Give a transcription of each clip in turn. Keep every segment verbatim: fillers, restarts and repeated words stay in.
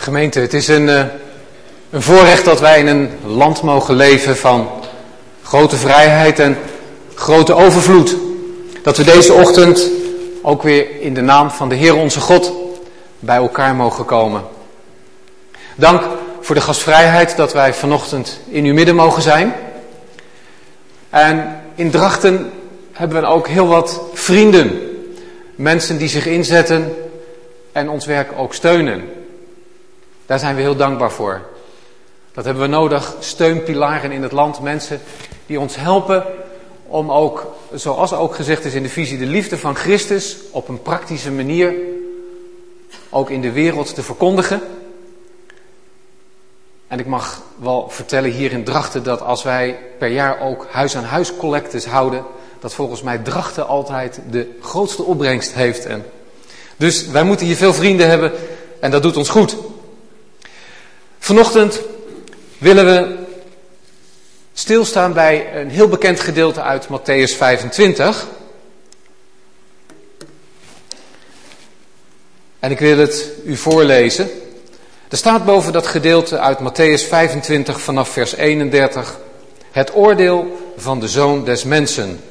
Gemeente, het is een, uh, een voorrecht dat wij in een land mogen leven van grote vrijheid en grote overvloed. Dat we deze ochtend ook weer in de naam van de Heer onze God bij elkaar mogen komen. Dank voor de gastvrijheid dat wij vanochtend in uw midden mogen zijn. En in Drachten hebben we ook heel wat vrienden. Mensen die zich inzetten en ons werk ook steunen. Daar zijn we heel dankbaar voor. Dat hebben we nodig, steunpilaren in het land. Mensen die ons helpen om ook, zoals ook gezegd is in de visie, de liefde van Christus op een praktische manier ook in de wereld te verkondigen. En ik mag wel vertellen hier in Drachten dat als wij per jaar ook huis-aan-huis collectes houden, dat volgens mij Drachten altijd de grootste opbrengst heeft. En dus wij moeten hier veel vrienden hebben en dat doet ons goed. Vanochtend willen we stilstaan bij een heel bekend gedeelte uit Mattheüs vijfentwintig. En ik wil het u voorlezen. Er staat boven dat gedeelte uit Mattheüs vijfentwintig vanaf vers eenendertig. Het oordeel van de Zoon des Mensen.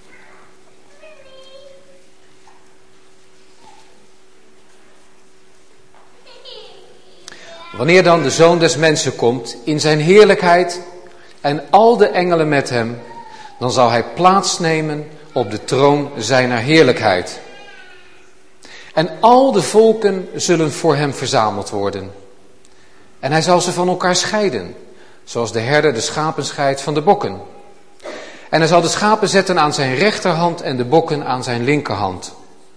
Wanneer dan de Zoon des Mensen komt in zijn heerlijkheid en al de engelen met hem, dan zal hij plaatsnemen op de troon zijner heerlijkheid. En al de volken zullen voor hem verzameld worden. En hij zal ze van elkaar scheiden, zoals de herder de schapen scheidt van de bokken. En hij zal de schapen zetten aan zijn rechterhand en de bokken aan zijn linkerhand.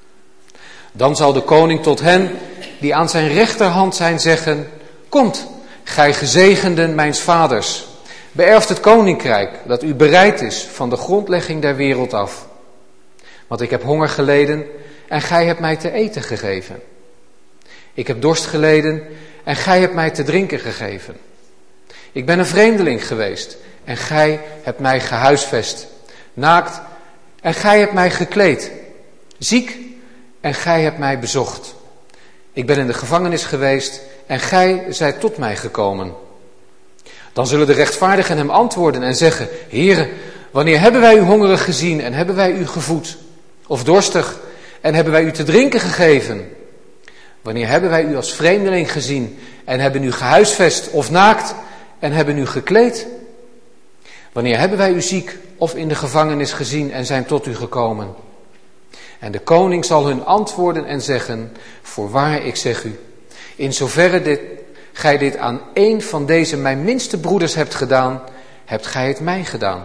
Dan zal de koning tot hen die aan zijn rechterhand zijn zeggen: Komt, gij gezegenden mijns vaders, beërft het koninkrijk dat u bereid is van de grondlegging der wereld af. Want ik heb honger geleden en gij hebt mij te eten gegeven. Ik heb dorst geleden en gij hebt mij te drinken gegeven. Ik ben een vreemdeling geweest en gij hebt mij gehuisvest. Naakt en gij hebt mij gekleed. Ziek en gij hebt mij bezocht. Ik ben in de gevangenis geweest en gij zijt tot mij gekomen. Dan zullen de rechtvaardigen hem antwoorden en zeggen: Heere, wanneer hebben wij u hongerig gezien en hebben wij u gevoed? Of dorstig en hebben wij u te drinken gegeven? Wanneer hebben wij u als vreemdeling gezien en hebben u gehuisvest? Of naakt en hebben u gekleed? Wanneer hebben wij u ziek of in de gevangenis gezien en zijn tot u gekomen? En de koning zal hun antwoorden en zeggen: Voorwaar, ik zeg u, in zoverre dit, gij dit aan één van deze mijn minste broeders hebt gedaan, hebt gij het mij gedaan.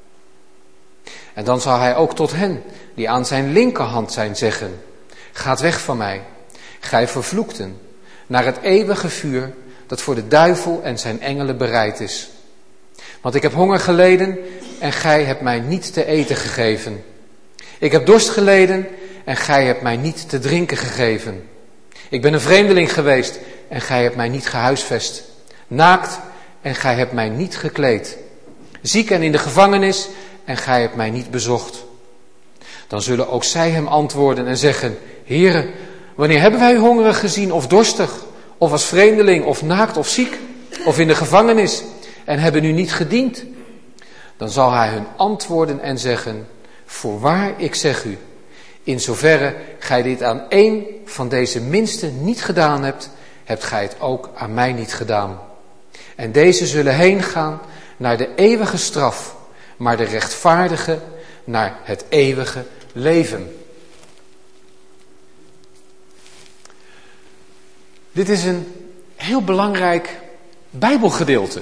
En dan zal hij ook tot hen die aan zijn linkerhand zijn zeggen: Gaat weg van mij, gij vervloekten, naar het eeuwige vuur dat voor de duivel en zijn engelen bereid is. Want ik heb honger geleden en gij hebt mij niet te eten gegeven. Ik heb dorst geleden en gij hebt mij niet te drinken gegeven. Ik ben een vreemdeling geweest en gij hebt mij niet gehuisvest. Naakt en gij hebt mij niet gekleed. Ziek en in de gevangenis en gij hebt mij niet bezocht. Dan zullen ook zij hem antwoorden en zeggen: Heere, wanneer hebben wij u hongerig gezien of dorstig, of als vreemdeling, of naakt of ziek, of in de gevangenis en hebben u niet gediend? Dan zal hij hun antwoorden en zeggen: Voorwaar, ik zeg u, in zoverre gij dit aan één van deze minste niet gedaan hebt, hebt gij het ook aan mij niet gedaan. En deze zullen heen gaan naar de eeuwige straf, maar de rechtvaardigen naar het eeuwige leven. Dit is een heel belangrijk Bijbelgedeelte.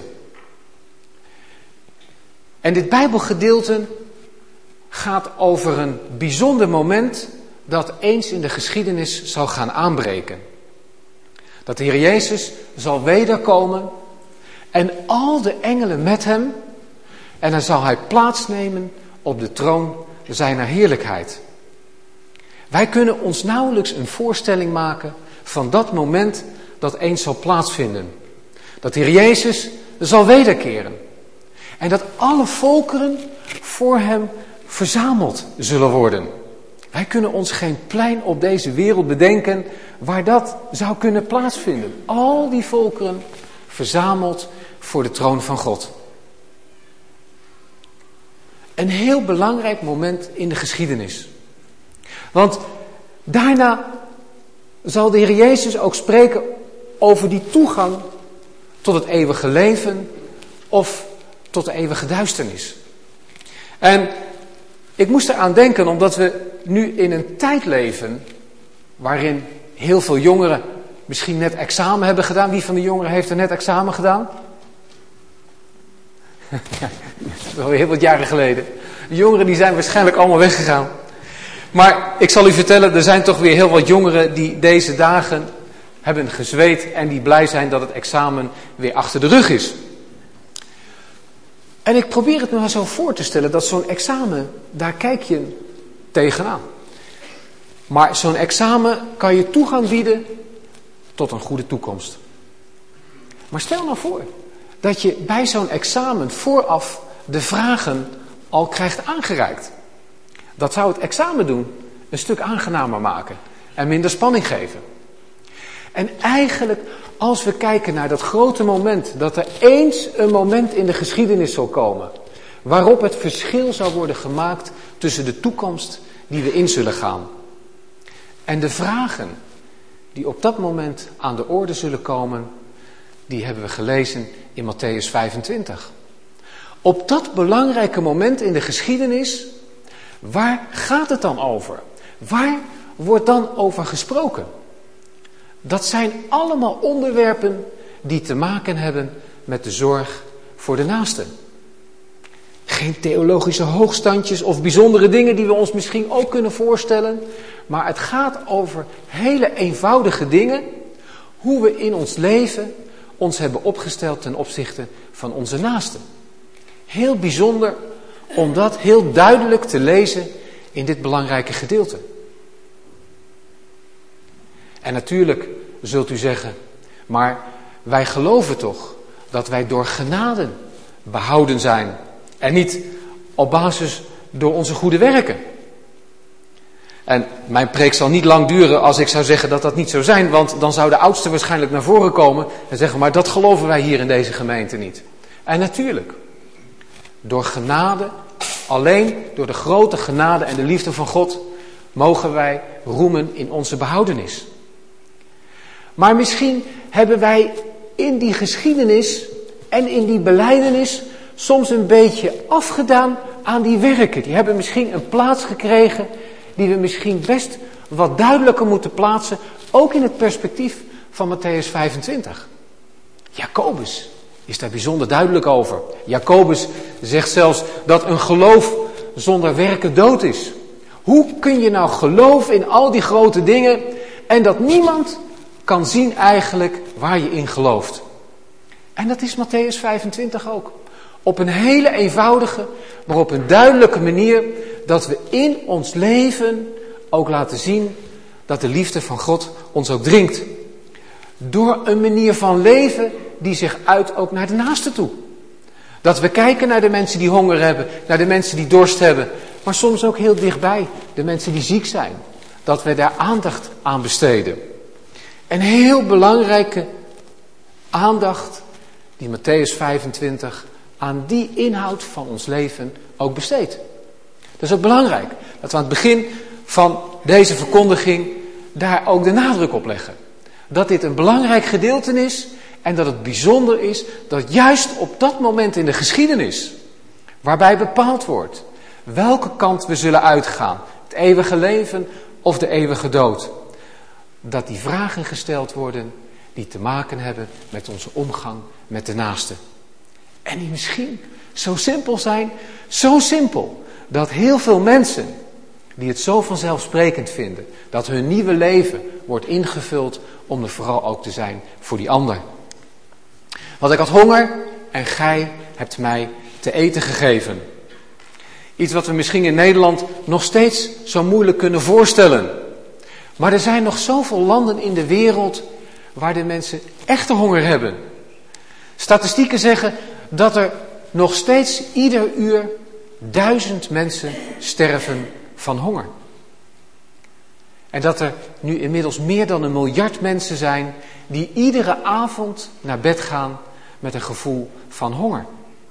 En dit Bijbelgedeelte gaat over een bijzonder moment dat eens in de geschiedenis zal gaan aanbreken. Dat de Heer Jezus zal wederkomen en al de engelen met hem, en dan zal hij plaatsnemen op de troon zijner heerlijkheid. Wij kunnen ons nauwelijks een voorstelling maken van dat moment dat eens zal plaatsvinden. Dat de Heer Jezus zal wederkeren. En dat alle volkeren voor hem verzameld zullen worden. Wij kunnen ons geen plein op deze wereld bedenken waar dat zou kunnen plaatsvinden. Al die volkeren verzameld voor de troon van God. Een heel belangrijk moment in de geschiedenis. Want daarna zal de Heer Jezus ook spreken over die toegang tot het eeuwige leven of tot de eeuwige duisternis. En ik moest eraan denken omdat we nu in een tijd leven waarin heel veel jongeren misschien net examen hebben gedaan. Wie van de jongeren heeft er net examen gedaan? Ja, dat is alweer heel wat jaren geleden. De jongeren die zijn waarschijnlijk allemaal weggegaan. Maar ik zal u vertellen, er zijn toch weer heel wat jongeren die deze dagen hebben gezweet en die blij zijn dat het examen weer achter de rug is. En ik probeer het me maar zo voor te stellen dat zo'n examen, daar kijk je tegenaan. Maar zo'n examen kan je toegang bieden tot een goede toekomst. Maar stel nou voor dat je bij zo'n examen vooraf de vragen al krijgt aangereikt. Dat zou het examen doen een stuk aangenamer maken en minder spanning geven. En eigenlijk, als we kijken naar dat grote moment, dat er eens een moment in de geschiedenis zal komen, waarop het verschil zal worden gemaakt tussen de toekomst die we in zullen gaan. En de vragen die op dat moment aan de orde zullen komen, die hebben we gelezen in Matthäus vijfentwintig. Op dat belangrijke moment in de geschiedenis, waar gaat het dan over? Waar wordt dan over gesproken? Dat zijn allemaal onderwerpen die te maken hebben met de zorg voor de naasten. Geen theologische hoogstandjes of bijzondere dingen die we ons misschien ook kunnen voorstellen. Maar het gaat over hele eenvoudige dingen. Hoe we in ons leven ons hebben opgesteld ten opzichte van onze naasten. Heel bijzonder om dat heel duidelijk te lezen in dit belangrijke gedeelte. En natuurlijk zult u zeggen, maar wij geloven toch dat wij door genade behouden zijn. En niet op basis door onze goede werken. En mijn preek zal niet lang duren als ik zou zeggen dat dat niet zou zijn. Want dan zou de oudste waarschijnlijk naar voren komen en zeggen, maar dat geloven wij hier in deze gemeente niet. En natuurlijk, door genade, alleen door de grote genade en de liefde van God, mogen wij roemen in onze behoudenis. Maar misschien hebben wij in die geschiedenis en in die belijdenis soms een beetje afgedaan aan die werken. Die hebben misschien een plaats gekregen die we misschien best wat duidelijker moeten plaatsen, ook in het perspectief van Matthäus vijfentwintig. Jacobus is daar bijzonder duidelijk over. Jacobus zegt zelfs dat een geloof zonder werken dood is. Hoe kun je nou geloven in al die grote dingen en dat niemand kan zien eigenlijk waar je in gelooft? En dat is Matthäus vijfentwintig ook. Op een hele eenvoudige, maar op een duidelijke manier, dat we in ons leven ook laten zien dat de liefde van God ons ook dringt. Door een manier van leven die zich uit ook naar de naaste toe. Dat we kijken naar de mensen die honger hebben, naar de mensen die dorst hebben, maar soms ook heel dichtbij, de mensen die ziek zijn. Dat we daar aandacht aan besteden. Een heel belangrijke aandacht die Matthäus vijfentwintig aan die inhoud van ons leven ook besteedt. Dat is ook belangrijk, dat we aan het begin van deze verkondiging daar ook de nadruk op leggen. Dat dit een belangrijk gedeelte is en dat het bijzonder is dat juist op dat moment in de geschiedenis, waarbij bepaald wordt welke kant we zullen uitgaan, het eeuwige leven of de eeuwige dood, dat die vragen gesteld worden die te maken hebben met onze omgang met de naaste. En die misschien zo simpel zijn, zo simpel, dat heel veel mensen die het zo vanzelfsprekend vinden, dat hun nieuwe leven wordt ingevuld om er vooral ook te zijn voor die ander. Want ik had honger en gij hebt mij te eten gegeven. Iets wat we misschien in Nederland nog steeds zo moeilijk kunnen voorstellen. Maar er zijn nog zoveel landen in de wereld waar de mensen echte honger hebben. Statistieken zeggen dat er nog steeds ieder uur duizend mensen sterven van honger. En dat er nu inmiddels meer dan een miljard mensen zijn die iedere avond naar bed gaan met een gevoel van honger.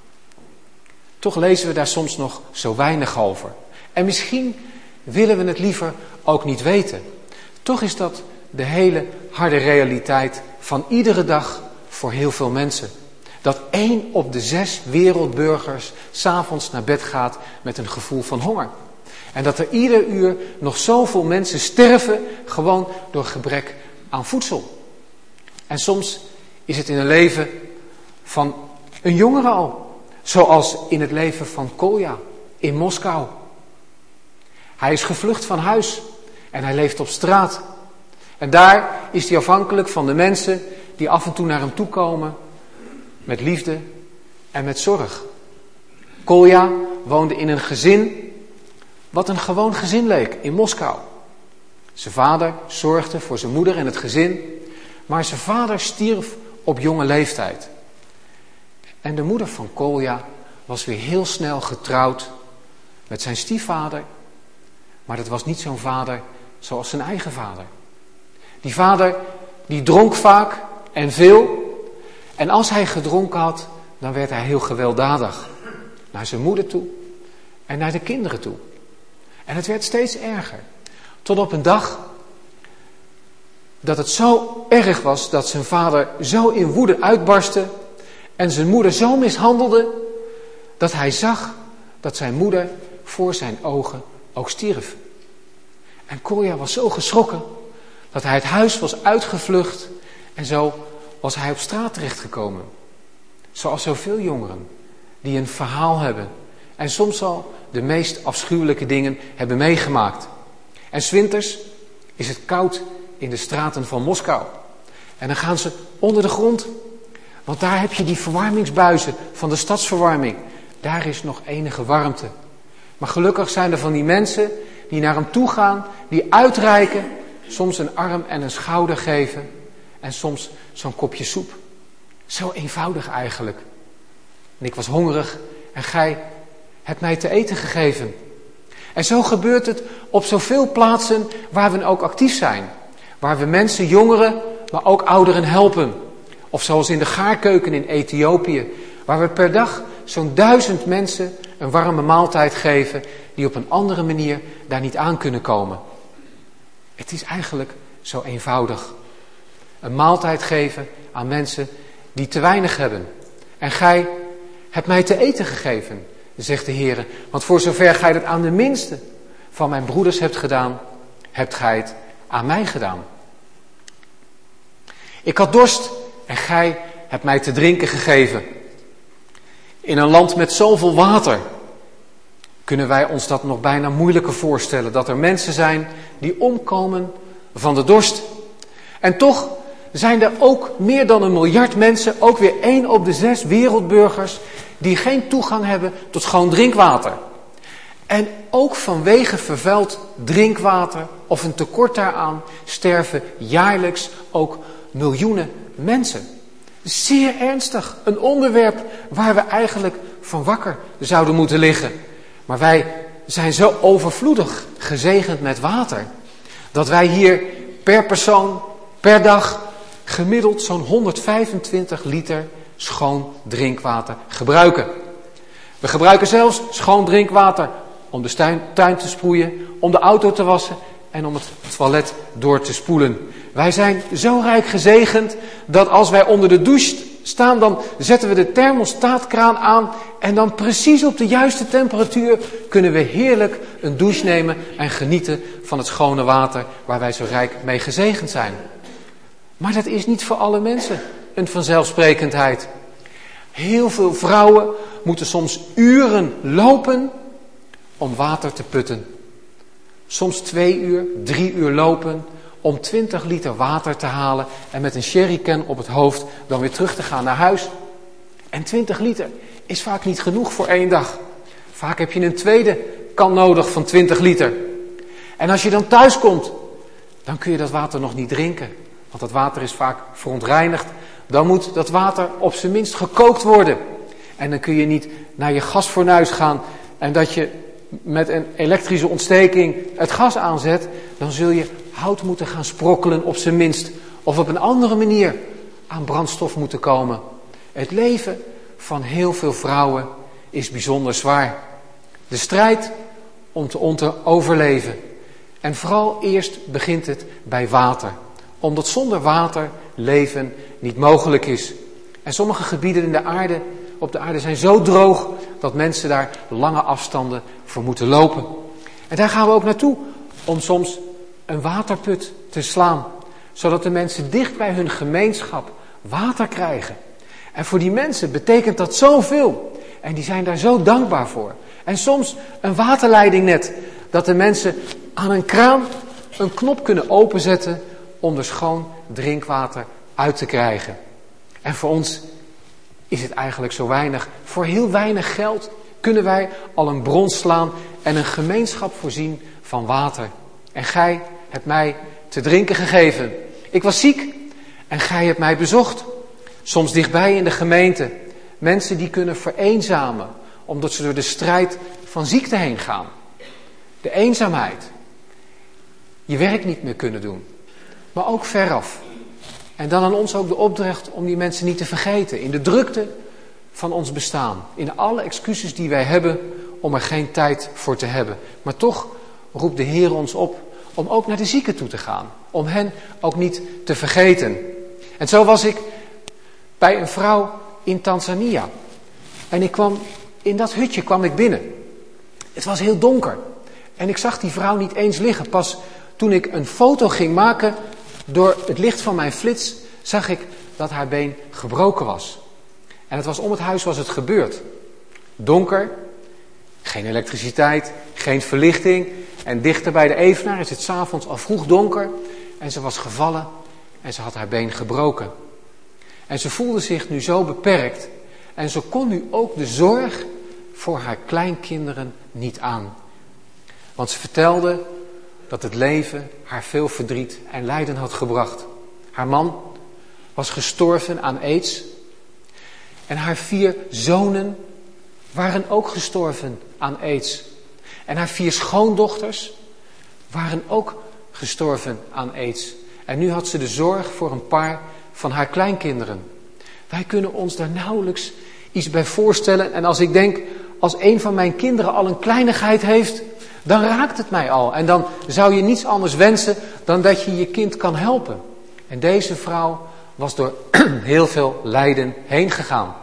Toch lezen we daar soms nog zo weinig over. En misschien willen we het liever ook niet weten. Toch is dat de hele harde realiteit van iedere dag voor heel veel mensen. Dat één op de zes wereldburgers 's avonds naar bed gaat met een gevoel van honger. En dat er ieder uur nog zoveel mensen sterven gewoon door gebrek aan voedsel. En soms is het in een leven van een jongere al. Zoals in het leven van Kolja in Moskou. Hij is gevlucht van huis en hij leeft op straat. En daar is hij afhankelijk van de mensen die af en toe naar hem toe komen met liefde en met zorg. Kolja woonde in een gezin wat een gewoon gezin leek in Moskou. Zijn vader zorgde voor zijn moeder en het gezin, maar zijn vader stierf op jonge leeftijd. En de moeder van Kolja was weer heel snel getrouwd met zijn stiefvader, maar dat was niet zo'n vader zoals zijn eigen vader. Die vader die dronk vaak en veel, en als hij gedronken had, dan werd hij heel gewelddadig naar zijn moeder toe en naar de kinderen toe. En het werd steeds erger. Tot op een dag dat het zo erg was dat zijn vader zo in woede uitbarstte en zijn moeder zo mishandelde dat hij zag dat zijn moeder voor zijn ogen ook stierf. En Kolja was zo geschrokken dat hij het huis was uitgevlucht en zo was hij op straat terechtgekomen. Zoals zoveel jongeren die een verhaal hebben en soms al de meest afschuwelijke dingen hebben meegemaakt. En 's winters is het koud in de straten van Moskou. En dan gaan ze onder de grond. Want daar heb je die verwarmingsbuizen van de stadsverwarming. Daar is nog enige warmte. Maar gelukkig zijn er van die mensen die naar hem toe gaan, die uitreiken, soms een arm en een schouder geven en soms zo'n kopje soep. Zo eenvoudig eigenlijk. En ik was hongerig en gij hebt mij te eten gegeven. En zo gebeurt het op zoveel plaatsen waar we ook actief zijn. Waar we mensen, jongeren, maar ook ouderen helpen. Of zoals in de gaarkeuken in Ethiopië, waar we per dag zo'n duizend mensen een warme maaltijd geven die op een andere manier daar niet aan kunnen komen. Het is eigenlijk zo eenvoudig. Een maaltijd geven aan mensen die te weinig hebben. En gij hebt mij te eten gegeven, zegt de Heer. Want voor zover gij het aan de minste van mijn broeders hebt gedaan, hebt gij het aan mij gedaan. Ik had dorst en gij hebt mij te drinken gegeven. In een land met zoveel water kunnen wij ons dat nog bijna moeilijker voorstellen. Dat er mensen zijn die omkomen van de dorst. En toch zijn er ook meer dan een miljard mensen, ook weer één op de zes wereldburgers, die geen toegang hebben tot schoon drinkwater. En ook vanwege vervuild drinkwater of een tekort daaraan sterven jaarlijks ook miljoenen mensen. Zeer ernstig, een onderwerp waar we eigenlijk van wakker zouden moeten liggen. Maar wij zijn zo overvloedig gezegend met water, dat wij hier per persoon, per dag, gemiddeld zo'n honderdvijfentwintig liter schoon drinkwater gebruiken. We gebruiken zelfs schoon drinkwater om de tuin, tuin te sproeien, om de auto te wassen en om het toilet door te spoelen. Wij zijn zo rijk gezegend dat als wij onder de douche staan, dan zetten we de thermostaatkraan aan en dan precies op de juiste temperatuur kunnen we heerlijk een douche nemen en genieten van het schone water waar wij zo rijk mee gezegend zijn. Maar dat is niet voor alle mensen een vanzelfsprekendheid. Heel veel vrouwen moeten soms uren lopen om water te putten. Soms twee uur, drie uur lopen om twintig liter water te halen en met een sherrycan op het hoofd dan weer terug te gaan naar huis. En twintig liter is vaak niet genoeg voor één dag. Vaak heb je een tweede kan nodig van twintig liter. En als je dan thuis komt, dan kun je dat water nog niet drinken. Want dat water is vaak verontreinigd. Dan moet dat water op zijn minst gekookt worden. En dan kun je niet naar je gasfornuis gaan en dat je met een elektrische ontsteking het gas aanzet. Dan zul je hout moeten gaan sprokkelen op zijn minst. Of op een andere manier aan brandstof moeten komen. Het leven van heel veel vrouwen is bijzonder zwaar. De strijd om te onder- overleven. En vooral eerst begint het bij water. Omdat zonder water leven niet mogelijk is. En sommige gebieden in de aarde, op de aarde zijn zo droog dat mensen daar lange afstanden voor moeten lopen. En daar gaan we ook naartoe om soms een waterput te slaan. Zodat de mensen dicht bij hun gemeenschap water krijgen. En voor die mensen betekent dat zoveel. En die zijn daar zo dankbaar voor. En soms een waterleiding net. Dat de mensen aan een kraan een knop kunnen openzetten om er schoon drinkwater uit te krijgen. En voor ons is het eigenlijk zo weinig. Voor heel weinig geld kunnen wij al een bron slaan en een gemeenschap voorzien van water. En gij hebt mij te drinken gegeven. Ik was ziek en gij hebt mij bezocht. Soms dichtbij in de gemeente. Mensen die kunnen vereenzamen omdat ze door de strijd van ziekte heen gaan. De eenzaamheid. Je werk niet meer kunnen doen. Maar ook veraf. En dan aan ons ook de opdracht om die mensen niet te vergeten. In de drukte van ons bestaan. In alle excuses die wij hebben om er geen tijd voor te hebben. Maar toch roept de Heer ons op om ook naar de zieken toe te gaan. Om hen ook niet te vergeten. En zo was ik bij een vrouw in Tanzania. En ik kwam, in dat hutje kwam ik binnen. Het was heel donker. En ik zag die vrouw niet eens liggen. Pas toen ik een foto ging maken, door het licht van mijn flits, zag ik dat haar been gebroken was. En het was om het huis was het gebeurd. Donker, geen elektriciteit, geen verlichting. En dichter bij de evenaar is het 's avonds al vroeg donker. En ze was gevallen en ze had haar been gebroken. En ze voelde zich nu zo beperkt. En ze kon nu ook de zorg voor haar kleinkinderen niet aan. Want ze vertelde dat het leven haar veel verdriet en lijden had gebracht. Haar man was gestorven aan aids. En haar vier zonen waren ook gestorven aan aids. En haar vier schoondochters waren ook gestorven aan aids. En nu had ze de zorg voor een paar van haar kleinkinderen. Wij kunnen ons daar nauwelijks iets bij voorstellen. En als ik denk, als een van mijn kinderen al een kleinigheid heeft, dan raakt het mij al. En dan zou je niets anders wensen dan dat je je kind kan helpen. En deze vrouw was door heel veel lijden heen gegaan.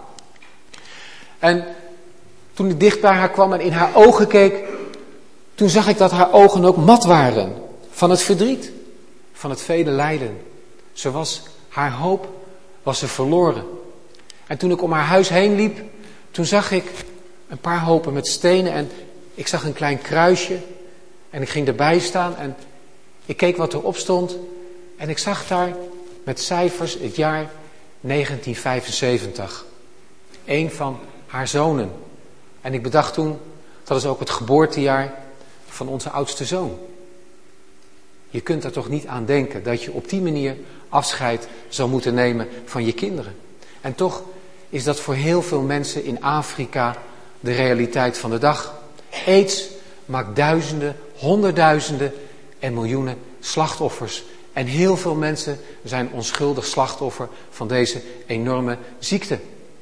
En toen ik dicht bij haar kwam en in haar ogen keek, toen zag ik dat haar ogen ook mat waren van het verdriet, van het vele lijden. Ze was, haar hoop was ze verloren. En toen ik om haar huis heen liep, toen zag ik een paar hopen met stenen en ik zag een klein kruisje en ik ging erbij staan en ik keek wat erop stond en ik zag daar met cijfers het jaar negentien vijfenzeventig. Een van haar zonen. En ik bedacht toen, dat is ook het geboortejaar van onze oudste zoon. Je kunt er toch niet aan denken dat je op die manier afscheid zou moeten nemen van je kinderen. En toch is dat voor heel veel mensen in Afrika de realiteit van de dag. Aids maakt duizenden, honderdduizenden en miljoenen slachtoffers. En heel veel mensen zijn onschuldig slachtoffer van deze enorme ziekte.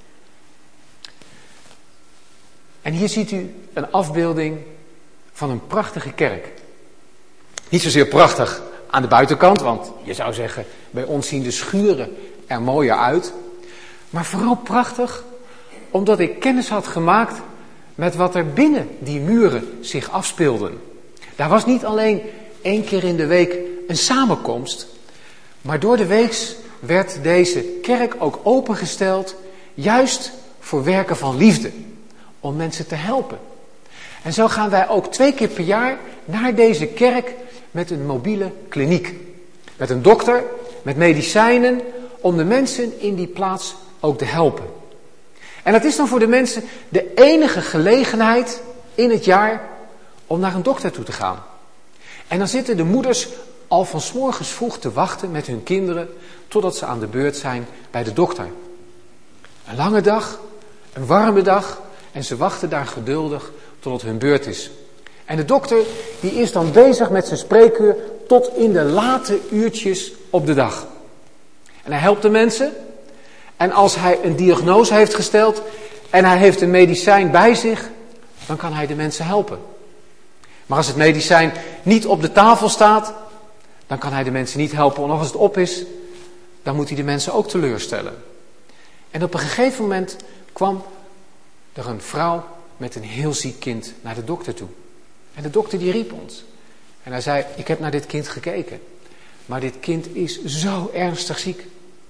En hier ziet u een afbeelding van een prachtige kerk. Niet zozeer prachtig aan de buitenkant, want je zou zeggen, bij ons zien de schuren er mooier uit. Maar vooral prachtig, omdat ik kennis had gemaakt met wat er binnen die muren zich afspeelden. Daar was niet alleen één keer in de week een samenkomst, maar door de week werd deze kerk ook opengesteld, juist voor werken van liefde, om mensen te helpen. En zo gaan wij ook twee keer per jaar naar deze kerk met een mobiele kliniek. Met een dokter, met medicijnen, om de mensen in die plaats ook te helpen. En dat is dan voor de mensen de enige gelegenheid in het jaar om naar een dokter toe te gaan. En dan zitten de moeders al van 's morgens vroeg te wachten met hun kinderen totdat ze aan de beurt zijn bij de dokter. Een lange dag, een warme dag en ze wachten daar geduldig tot het hun beurt is. En de dokter die is dan bezig met zijn spreekuur tot in de late uurtjes op de dag. En hij helpt de mensen. En als hij een diagnose heeft gesteld en hij heeft een medicijn bij zich, dan kan hij de mensen helpen. Maar als het medicijn niet op de tafel staat, dan kan hij de mensen niet helpen. En als het op is, dan moet hij de mensen ook teleurstellen. En op een gegeven moment kwam er een vrouw met een heel ziek kind naar de dokter toe. En de dokter die riep ons. En hij zei, ik heb naar dit kind gekeken. Maar dit kind is zo ernstig ziek.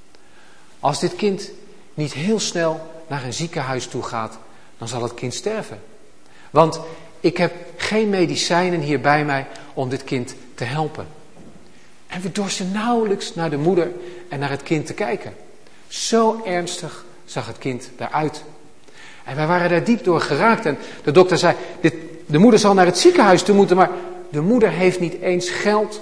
Als dit kind niet heel snel naar een ziekenhuis toe gaat, dan zal het kind sterven. Want ik heb geen medicijnen hier bij mij om dit kind te helpen. En we dorsten nauwelijks naar de moeder en naar het kind te kijken. Zo ernstig zag het kind daaruit. En wij waren daar diep door geraakt. En de dokter zei, dit, de moeder zal naar het ziekenhuis toe moeten, maar de moeder heeft niet eens geld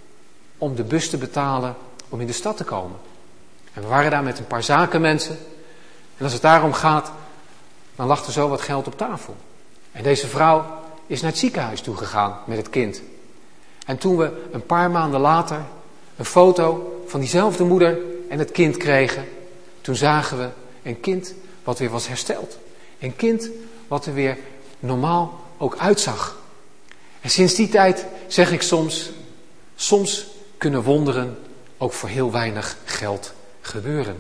om de bus te betalen om in de stad te komen. En we waren daar met een paar zakenmensen. En als het daarom gaat, dan lag er zo wat geld op tafel. En deze vrouw is naar het ziekenhuis toe gegaan met het kind. En toen we een paar maanden later een foto van diezelfde moeder en het kind kregen, toen zagen we een kind wat weer was hersteld. Een kind wat er weer normaal ook uitzag. En sinds die tijd zeg ik soms, soms kunnen wonderen ook voor heel weinig geld gebeuren.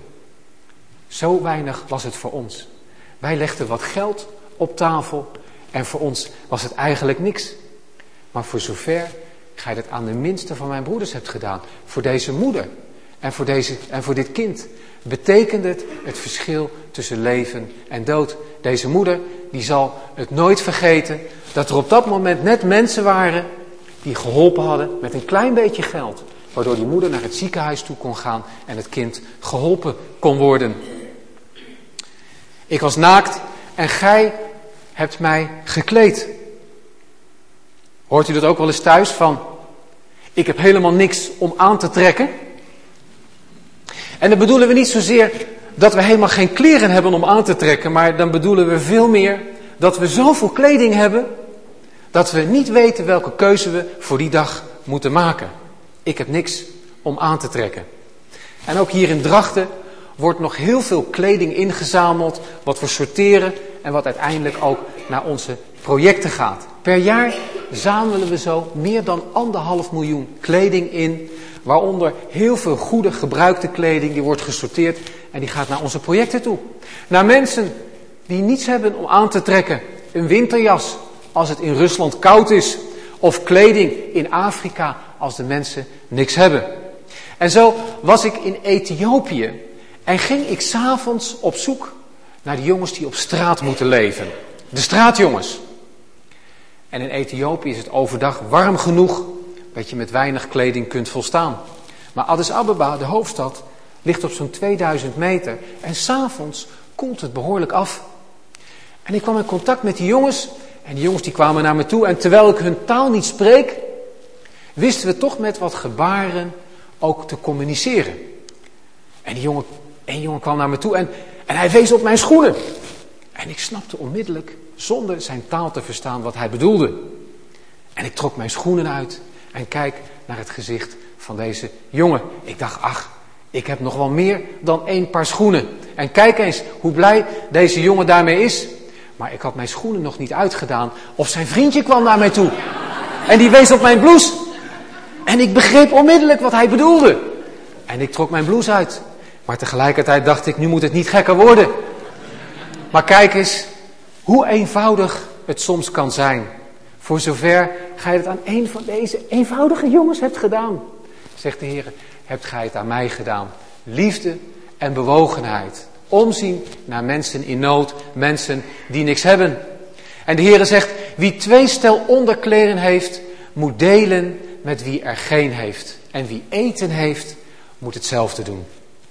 Zo weinig was het voor ons. Wij legden wat geld op tafel en voor ons was het eigenlijk niks. Maar voor zover gij dat aan de minste van mijn broeders hebt gedaan, voor deze moeder en voor, deze, en voor dit kind, betekent het het verschil tussen leven en dood. Deze moeder die zal het nooit vergeten dat er op dat moment net mensen waren die geholpen hadden met een klein beetje geld. Waardoor die moeder naar het ziekenhuis toe kon gaan en het kind geholpen kon worden. Ik was naakt en gij hebt mij gekleed. Hoort u dat ook wel eens thuis van, ik heb helemaal niks om aan te trekken? En dan bedoelen we niet zozeer dat we helemaal geen kleren hebben om aan te trekken, maar dan bedoelen we veel meer dat we zoveel kleding hebben, dat we niet weten welke keuze we voor die dag moeten maken. Ik heb niks om aan te trekken. En ook hier in Drachten wordt nog heel veel kleding ingezameld, wat we sorteren en wat uiteindelijk ook naar onze projecten gaat. Per jaar zamelen we zo meer dan anderhalf miljoen kleding in, waaronder heel veel goede gebruikte kleding, die wordt gesorteerd en die gaat naar onze projecten toe. Naar mensen die niets hebben om aan te trekken, een winterjas als het in Rusland koud is, of kleding in Afrika als de mensen niks hebben. En zo was ik in Ethiopië en ging ik 's avonds op zoek naar de jongens die op straat moeten leven. De straatjongens. En in Ethiopië is het overdag warm genoeg dat je met weinig kleding kunt volstaan. Maar Addis Ababa, de hoofdstad, ligt op zo'n tweeduizend meter en 's avonds koelt het behoorlijk af. En ik kwam in contact met die jongens en die jongens die kwamen naar me toe en terwijl ik hun taal niet spreek, wisten we toch met wat gebaren ook te communiceren. En die jongen, een jongen kwam naar me toe en, en hij wees op mijn schoenen. En ik snapte onmiddellijk, zonder zijn taal te verstaan, wat hij bedoelde. En ik trok mijn schoenen uit en kijk naar het gezicht van deze jongen. Ik dacht, ach, ik heb nog wel meer dan één paar schoenen. En kijk eens hoe blij deze jongen daarmee is. Maar ik had mijn schoenen nog niet uitgedaan of zijn vriendje kwam naar mij toe. En die wees op mijn blouse. En ik begreep onmiddellijk wat hij bedoelde. En ik trok mijn blouse uit. Maar tegelijkertijd dacht ik, nu moet het niet gekker worden. Maar kijk eens hoe eenvoudig het soms kan zijn. Voor zover gij het aan een van deze eenvoudige jongens hebt gedaan. Zegt de Heer, hebt gij het aan mij gedaan. Liefde en bewogenheid. Omzien naar mensen in nood, mensen die niks hebben. En de Heer zegt, wie twee stel onderkleren heeft, moet delen met wie er geen heeft. En wie eten heeft, moet hetzelfde doen.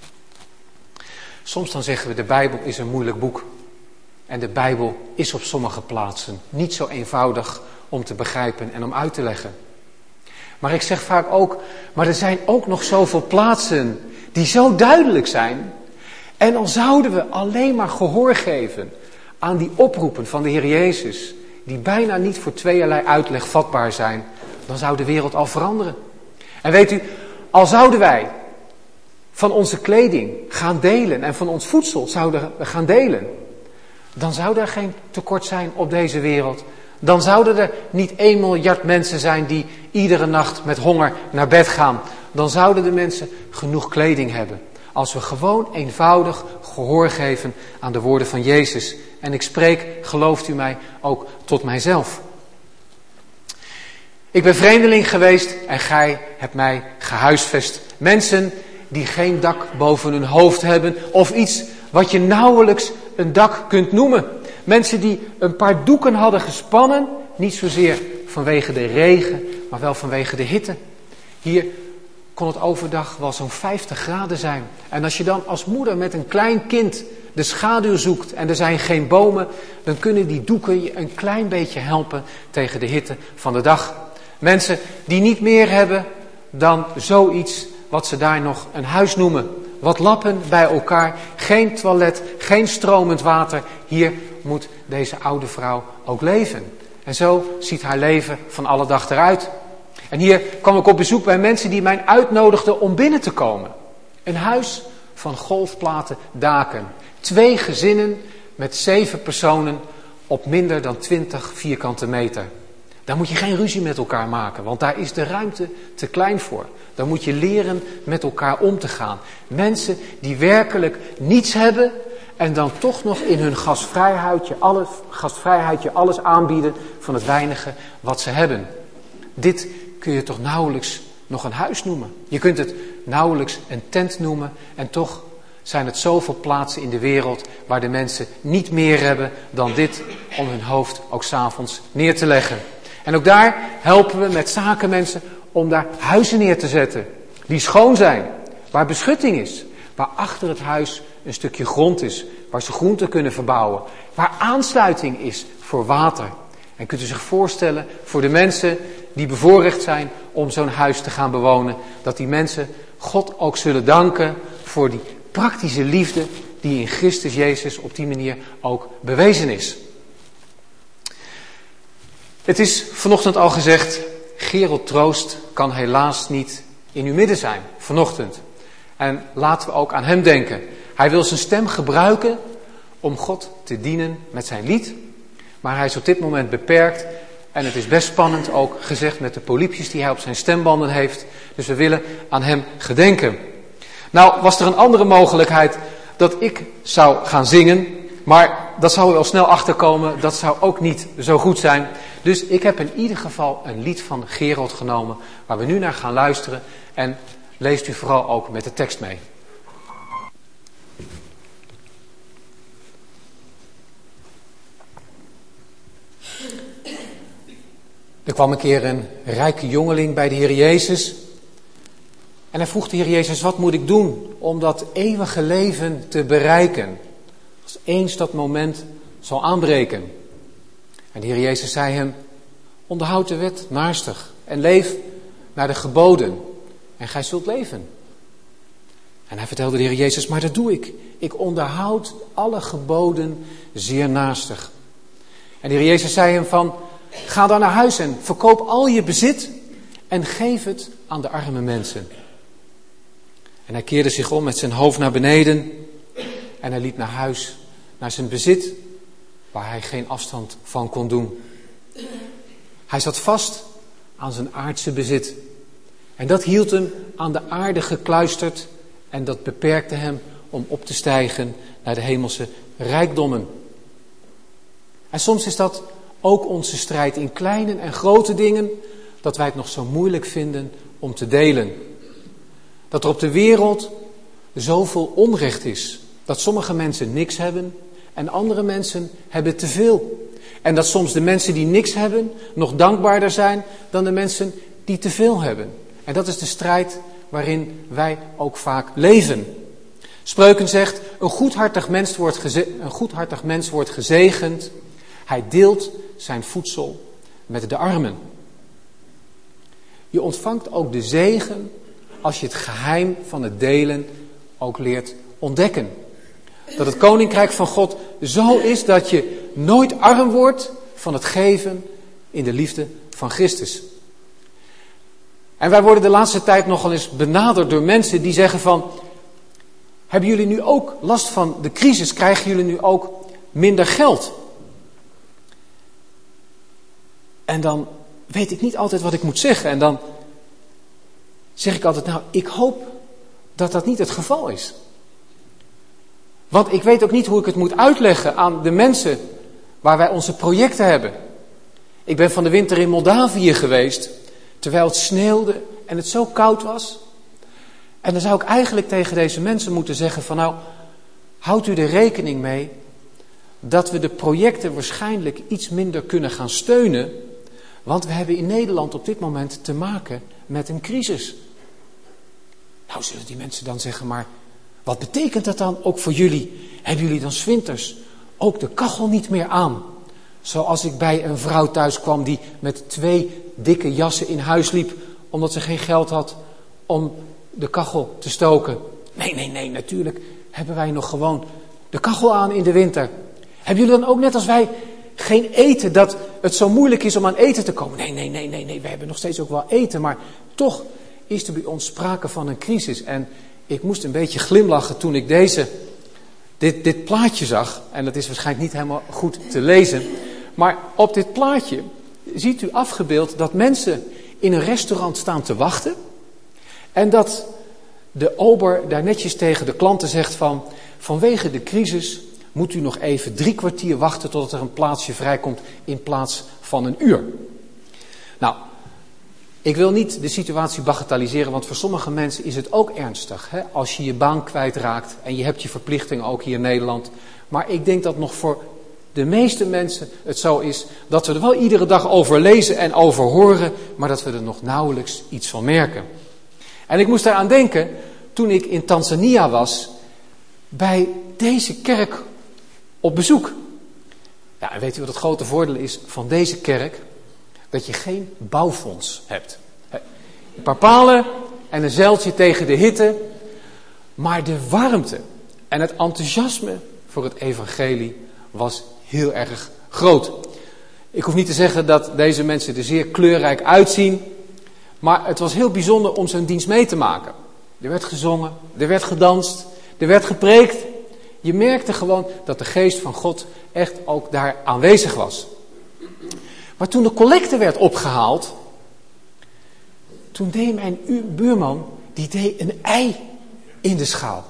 Soms dan zeggen we, de Bijbel is een moeilijk boek. En de Bijbel is op sommige plaatsen niet zo eenvoudig om te begrijpen en om uit te leggen. Maar ik zeg vaak ook, maar er zijn ook nog zoveel plaatsen die zo duidelijk zijn. En al zouden we alleen maar gehoor geven aan die oproepen van de Heer Jezus, die bijna niet voor tweeërlei uitleg vatbaar zijn, dan zou de wereld al veranderen. En weet u, al zouden wij van onze kleding gaan delen en van ons voedsel zouden gaan delen, dan zou er geen tekort zijn op deze wereld. Dan zouden er niet één miljard mensen zijn die iedere nacht met honger naar bed gaan. Dan zouden de mensen genoeg kleding hebben. Als we gewoon eenvoudig gehoor geven aan de woorden van Jezus. En ik spreek, gelooft u mij, ook tot mijzelf. Ik ben vreemdeling geweest en gij hebt mij gehuisvest. Mensen die geen dak boven hun hoofd hebben of iets wat je nauwelijks een dak kunt noemen. Mensen die een paar doeken hadden gespannen, niet zozeer vanwege de regen, maar wel vanwege de hitte. Hier kon het overdag wel zo'n vijftig graden zijn. En als je dan als moeder met een klein kind de schaduw zoekt en er zijn geen bomen, dan kunnen die doeken je een klein beetje helpen tegen de hitte van de dag. Mensen die niet meer hebben dan zoiets wat ze daar nog een huis noemen. Wat lappen bij elkaar, geen toilet, geen stromend water. Hier moet deze oude vrouw ook leven. En zo ziet haar leven van alle dag eruit. En hier kwam ik op bezoek bij mensen die mij uitnodigden om binnen te komen. Een huis van golfplaten daken. Twee gezinnen met zeven personen op minder dan twintig vierkante meter. Daar moet je geen ruzie met elkaar maken, want daar is de ruimte te klein voor. Dan moet je leren met elkaar om te gaan. Mensen die werkelijk niets hebben en dan toch nog in hun gastvrijheidje alles, gastvrijheidje alles aanbieden van het weinige wat ze hebben. Dit kun je toch nauwelijks nog een huis noemen. Je kunt het nauwelijks een tent noemen en toch zijn het zoveel plaatsen in de wereld waar de mensen niet meer hebben dan dit om hun hoofd ook 's avonds neer te leggen. En ook daar helpen we met zakenmensen om daar huizen neer te zetten die schoon zijn, waar beschutting is, waar achter het huis een stukje grond is, waar ze groenten kunnen verbouwen, waar aansluiting is voor water. En kunt u zich voorstellen voor de mensen die bevoorrecht zijn om zo'n huis te gaan bewonen, dat die mensen God ook zullen danken voor die praktische liefde die in Christus Jezus op die manier ook bewezen is. Het is vanochtend al gezegd, Gerold Troost kan helaas niet in uw midden zijn, vanochtend. En laten we ook aan hem denken. Hij wil zijn stem gebruiken om God te dienen met zijn lied. Maar hij is op dit moment beperkt. En het is best spannend, ook gezegd met de polypjes die hij op zijn stembanden heeft. Dus we willen aan hem gedenken. Nou, was er een andere mogelijkheid dat ik zou gaan zingen. Maar dat zou u wel snel achterkomen, dat zou ook niet zo goed zijn. Dus ik heb in ieder geval een lied van Gerold genomen, waar we nu naar gaan luisteren. En leest u vooral ook met de tekst mee. Er kwam een keer een rijke jongeling bij de Heer Jezus. En hij vroeg de Heer Jezus, wat moet ik doen om dat eeuwige leven te bereiken? Als eens dat moment zal aanbreken. En de Heer Jezus zei hem, onderhoud de wet naarstig en leef naar de geboden en gij zult leven. En hij vertelde de Heer Jezus, maar dat doe ik. Ik onderhoud alle geboden zeer naastig. En de Heer Jezus zei hem van, ga dan naar huis en verkoop al je bezit en geef het aan de arme mensen. En hij keerde zich om met zijn hoofd naar beneden en hij liep naar huis, naar zijn bezit, waar hij geen afstand van kon doen. Hij zat vast aan zijn aardse bezit. En dat hield hem aan de aarde gekluisterd en dat beperkte hem om op te stijgen naar de hemelse rijkdommen. En soms is dat ook onze strijd in kleine en grote dingen, dat wij het nog zo moeilijk vinden om te delen. Dat er op de wereld zoveel onrecht is, dat sommige mensen niks hebben en andere mensen hebben te veel. En dat soms de mensen die niks hebben nog dankbaarder zijn dan de mensen die te veel hebben. En dat is de strijd waarin wij ook vaak leven. Spreuken zegt, een goedhartig mens wordt, geze- een goedhartig mens wordt gezegend. Hij deelt zijn voedsel met de armen. Je ontvangt ook de zegen als je het geheim van het delen ook leert ontdekken. Dat het koninkrijk van God zo is dat je nooit arm wordt van het geven in de liefde van Christus. En wij worden de laatste tijd nogal eens benaderd door mensen die zeggen van, hebben jullie nu ook last van de crisis? Krijgen jullie nu ook minder geld? En dan weet ik niet altijd wat ik moet zeggen. En dan zeg ik altijd, nou, ik hoop dat dat niet het geval is. Want ik weet ook niet hoe ik het moet uitleggen aan de mensen waar wij onze projecten hebben. Ik ben van de winter in Moldavië geweest, terwijl het sneeuwde en het zo koud was. En dan zou ik eigenlijk tegen deze mensen moeten zeggen van, nou, houdt u er rekening mee dat we de projecten waarschijnlijk iets minder kunnen gaan steunen, want we hebben in Nederland op dit moment te maken met een crisis. Nou, zullen die mensen dan zeggen, maar wat betekent dat dan ook voor jullie? Hebben jullie dan 's winters ook de kachel niet meer aan? Zoals ik bij een vrouw thuis kwam die met twee dikke jassen in huis liep, omdat ze geen geld had om de kachel te stoken. Nee, nee, nee, natuurlijk hebben wij nog gewoon de kachel aan in de winter. Hebben jullie dan ook net als wij geen eten, dat het zo moeilijk is om aan eten te komen? Nee, nee, nee, nee, nee, we hebben nog steeds ook wel eten, maar toch is er bij ons sprake van een crisis. En ik moest een beetje glimlachen toen ik deze, dit, dit plaatje zag. En dat is waarschijnlijk niet helemaal goed te lezen. Maar op dit plaatje ziet u afgebeeld dat mensen in een restaurant staan te wachten. En dat de ober daar netjes tegen de klanten zegt van, vanwege de crisis moet u nog even drie kwartier wachten totdat er een plaatsje vrijkomt in plaats van een uur. Nou, ik wil niet de situatie bagatelliseren, want voor sommige mensen is het ook ernstig. Hè? Als je je baan kwijtraakt en je hebt je verplichtingen ook hier in Nederland. Maar ik denk dat nog voor de meeste mensen het zo is dat we er wel iedere dag over lezen en over horen, maar dat we er nog nauwelijks iets van merken. En ik moest daaraan denken toen ik in Tanzania was, bij deze kerk op bezoek. Ja, en weet u wat het grote voordeel is van deze kerk? Dat je geen bouwfonds hebt. Een paar palen en een zeiltje tegen de hitte. Maar de warmte en het enthousiasme voor het evangelie was heel erg groot. Ik hoef niet te zeggen dat deze mensen er zeer kleurrijk uitzien. Maar het was heel bijzonder om zo'n dienst mee te maken. Er werd gezongen, er werd gedanst, er werd gepreekt. Je merkte gewoon dat de geest van God echt ook daar aanwezig was. Maar toen de collecte werd opgehaald, toen deed mijn buurman, die deed een ei in de schaal.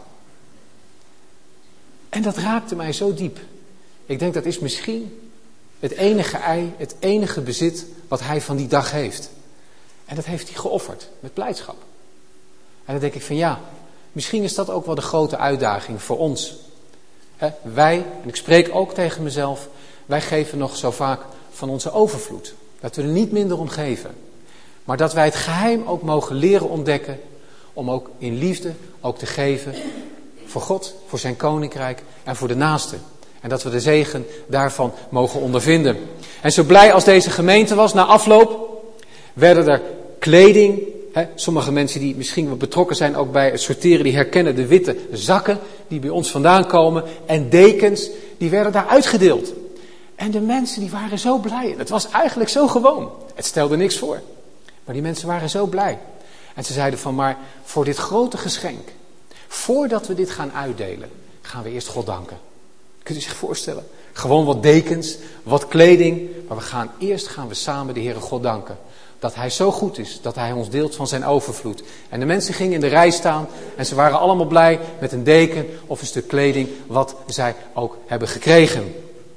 En dat raakte mij zo diep. Ik denk dat is misschien het enige ei, het enige bezit wat hij van die dag heeft. En dat heeft hij geofferd met blijdschap. En dan denk ik van ja, misschien is dat ook wel de grote uitdaging voor ons. He, wij, en ik spreek ook tegen mezelf, wij geven nog zo vaak van onze overvloed. Dat we er niet minder om geven. Maar dat wij het geheim ook mogen leren ontdekken om ook in liefde ook te geven voor God, voor zijn koninkrijk en voor de naaste. En dat we de zegen daarvan mogen ondervinden. En zo blij als deze gemeente was, na afloop werden er kleding. Hè, sommige mensen die misschien wat betrokken zijn ook bij het sorteren, die herkennen de witte zakken die bij ons vandaan komen. En dekens, die werden daar uitgedeeld. En de mensen die waren zo blij. Het was eigenlijk zo gewoon. Het stelde niks voor. Maar die mensen waren zo blij. En ze zeiden van, maar voor dit grote geschenk, voordat we dit gaan uitdelen, gaan we eerst God danken. Kunt u zich voorstellen? Gewoon wat dekens, wat kleding. Maar we gaan eerst gaan we samen de Heere God danken. Dat hij zo goed is, dat hij ons deelt van zijn overvloed. En de mensen gingen in de rij staan en ze waren allemaal blij met een deken of een stuk kleding wat zij ook hebben gekregen.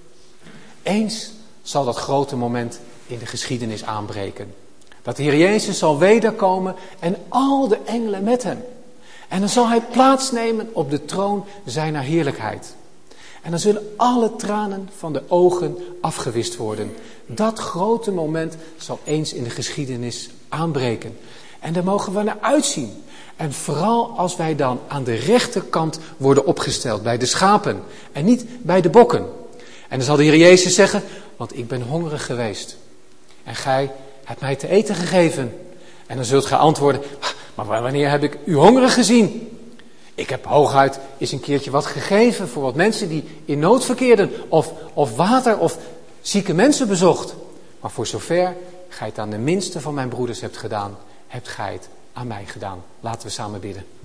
Eens zal dat grote moment in de geschiedenis aanbreken. Dat de Heer Jezus zal wederkomen en al de engelen met hem. En dan zal hij plaatsnemen op de troon zijner heerlijkheid. En dan zullen alle tranen van de ogen afgewist worden. Dat grote moment zal eens in de geschiedenis aanbreken. En daar mogen we naar uitzien. En vooral als wij dan aan de rechterkant worden opgesteld bij de schapen en niet bij de bokken. En dan zal de Heer Jezus zeggen, want ik ben hongerig geweest. En gij hebt mij te eten gegeven. En dan zult gij antwoorden, maar wanneer heb ik u hongerig gezien? Ik heb hooguit eens een keertje wat gegeven voor wat mensen die in nood verkeerden. Of, of water of zieke mensen bezocht. Maar voor zover gij het aan de minste van mijn broeders hebt gedaan, hebt gij het aan mij gedaan. Laten we samen bidden.